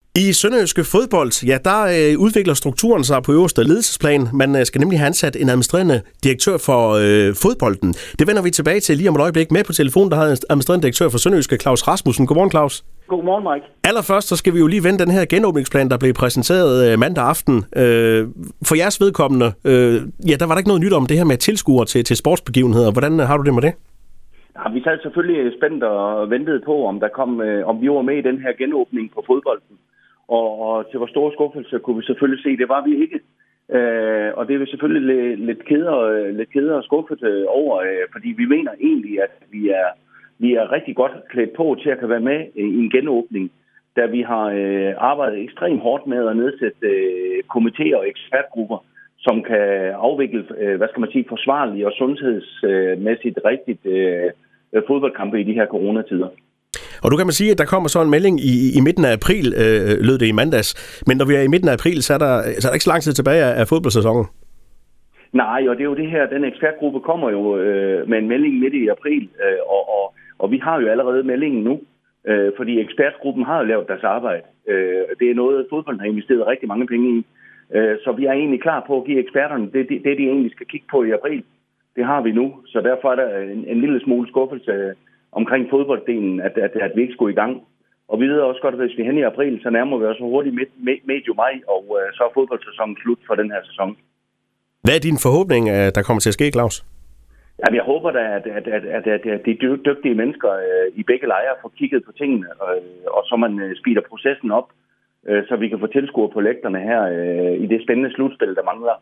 I sønderjyske fodbold, ja, der udvikler strukturen sig på øverste ledelsesplan. Man skal nemlig have ansat en administrerende direktør for fodbolden. Det vender vi tilbage til lige om et øjeblik. Med på telefonen, der har administrerende direktør for Sønderjyske, Claus Rasmussen. Godmorgen, Claus. Godmorgen, Mike. Allerførst, så skal vi jo lige vende den her genåbningsplan, der blev præsenteret mandag aften. For jeres vedkommende, ja, der var der ikke noget nyt om det her med tilskuere til sportsbegivenheder. Hvordan har du det med det? Ja, vi sad selvfølgelig spændt og ventede på, om vi var med i den her genåbning på fodbolden. Og til vores store skuffelse kunne vi selvfølgelig se, at det var vi ikke. Og det er vi selvfølgelig lidt kede og skuffet over, fordi vi mener egentlig, at vi er rigtig godt klædt på til at kan være med i en genåbning, da vi har arbejdet ekstremt hårdt med at nedsætte komitéer og ekspertgrupper, som kan afvikle, forsvarlige og sundhedsmæssigt rigtigt fodboldkampe i de her coronatider. Og du kan sige, at der kommer så en melding i midten af april, lød det i mandags. Men når vi er i midten af april, så er der ikke så lang tid tilbage af fodboldsæsonen. Nej, og det er jo det her, den ekspertgruppe kommer jo med en melding midt i april, og vi har jo allerede meldingen nu, fordi ekspertgruppen har jo lavet deres arbejde. Det er noget, fodbolden har investeret rigtig mange penge i, så vi er egentlig klar på at give eksperterne det, de egentlig skal kigge på i april. Det har vi nu, så derfor er der en lille smule skuffelse omkring fodbolddelen, at vi ikke skulle i gang. Og vi ved også godt, at hvis vi er hen i april, så nærmer vi os hurtigt medio maj, og så er fodboldsæsonen slut for den her sæson. Hvad er din forhåbning, der kommer til at ske, Claus? Jamen, jeg håber da, at de dygtige mennesker i begge lejre får kigget på tingene, og så man speeder processen op, så vi kan få tilskuere på lægterne her i det spændende slutspil, der mangler.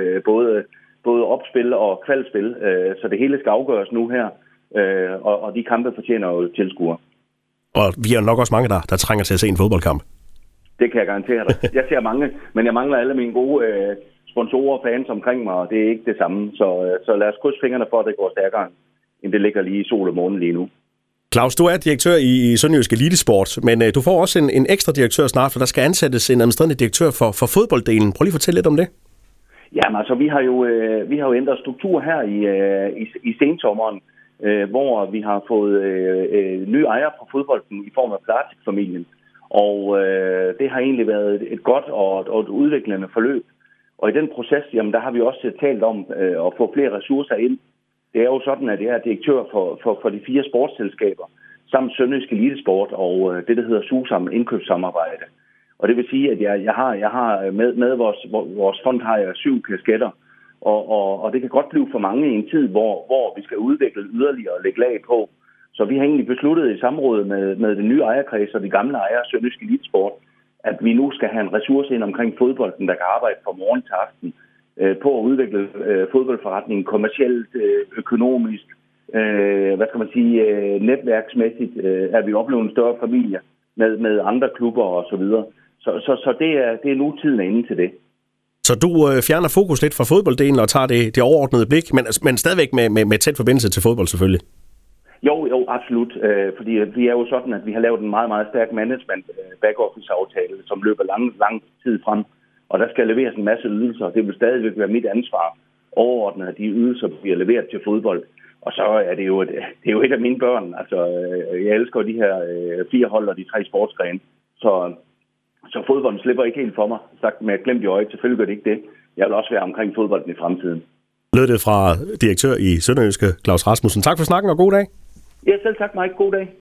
Både opspil og kvalspil, så det hele skal afgøres nu her. Og de kampe fortjener jo tilskuere. Og vi er nok også mange, der trænger til at se en fodboldkamp. Det kan jeg garantere dig. Jeg ser mange, men jeg mangler alle mine gode sponsorer og fans omkring mig, og det er ikke det samme. Så lad os krydse fingrene for, at det går stærkere, end det ligger lige i sol og måne lige nu. Claus, du er direktør i Sønderjysk Elitesport, men du får også en ekstra direktør snart, for der skal ansættes en administrerende direktør for fodbolddelen. Prøv lige at fortælle lidt om det. Jamen altså, vi har jo ændret struktur her i sensommeren, hvor vi har fået nye ejere på fodbolden i form af Platik-familien. Og det har egentlig været et godt og et udviklende forløb. Og i den proces, jamen, der har vi også talt om at få flere ressourcer ind. Det er jo sådan, at jeg er direktør for de 4 sportsselskaber, samt Sønderjysk Elitesport og det, der hedder SUSAM indkøbssamarbejde. Og det vil sige, at jeg har med vores fond har jeg 7 kasketter. Og det kan godt blive for mange i en tid, hvor vi skal udvikle yderligere og lægge lag på. Så vi har egentlig besluttet i samråd med den nye ejerkreds og de gamle ejere, Sønderjysk Elitesport, at vi nu skal have en ressource ind omkring fodbolden, der kan arbejde fra morgen til aften på at udvikle fodboldforretningen kommercielt, økonomisk, netværksmæssigt, at vi oplever en større familie med andre klubber og så videre. Så det er nu tiden er inde til det. Så du fjerner fokus lidt fra fodbolddelen og tager det overordnede blik, men stadigvæk med tæt forbindelse til fodbold selvfølgelig? Jo, absolut. Fordi vi er jo sådan, at vi har lavet en meget, meget stærk management back-office-aftale, som løber lang tid frem. Og der skal leveres en masse ydelser, og det vil stadigvæk være mit ansvar overordnet, at de ydelser bliver leveret til fodbold. Og så er det jo et af mine børn. Altså, jeg elsker de her 4 hold og de 3 sportsgrene. Så fodbolden slipper ikke helt for mig. Sagt med glemt i øjet, selvfølgelig gør det ikke det. Jeg vil også være omkring fodbolden i fremtiden. Lød det fra direktør i Sønderjyske, Claus Rasmussen. Tak for snakken og god dag. Ja, selv tak, Mike. God dag.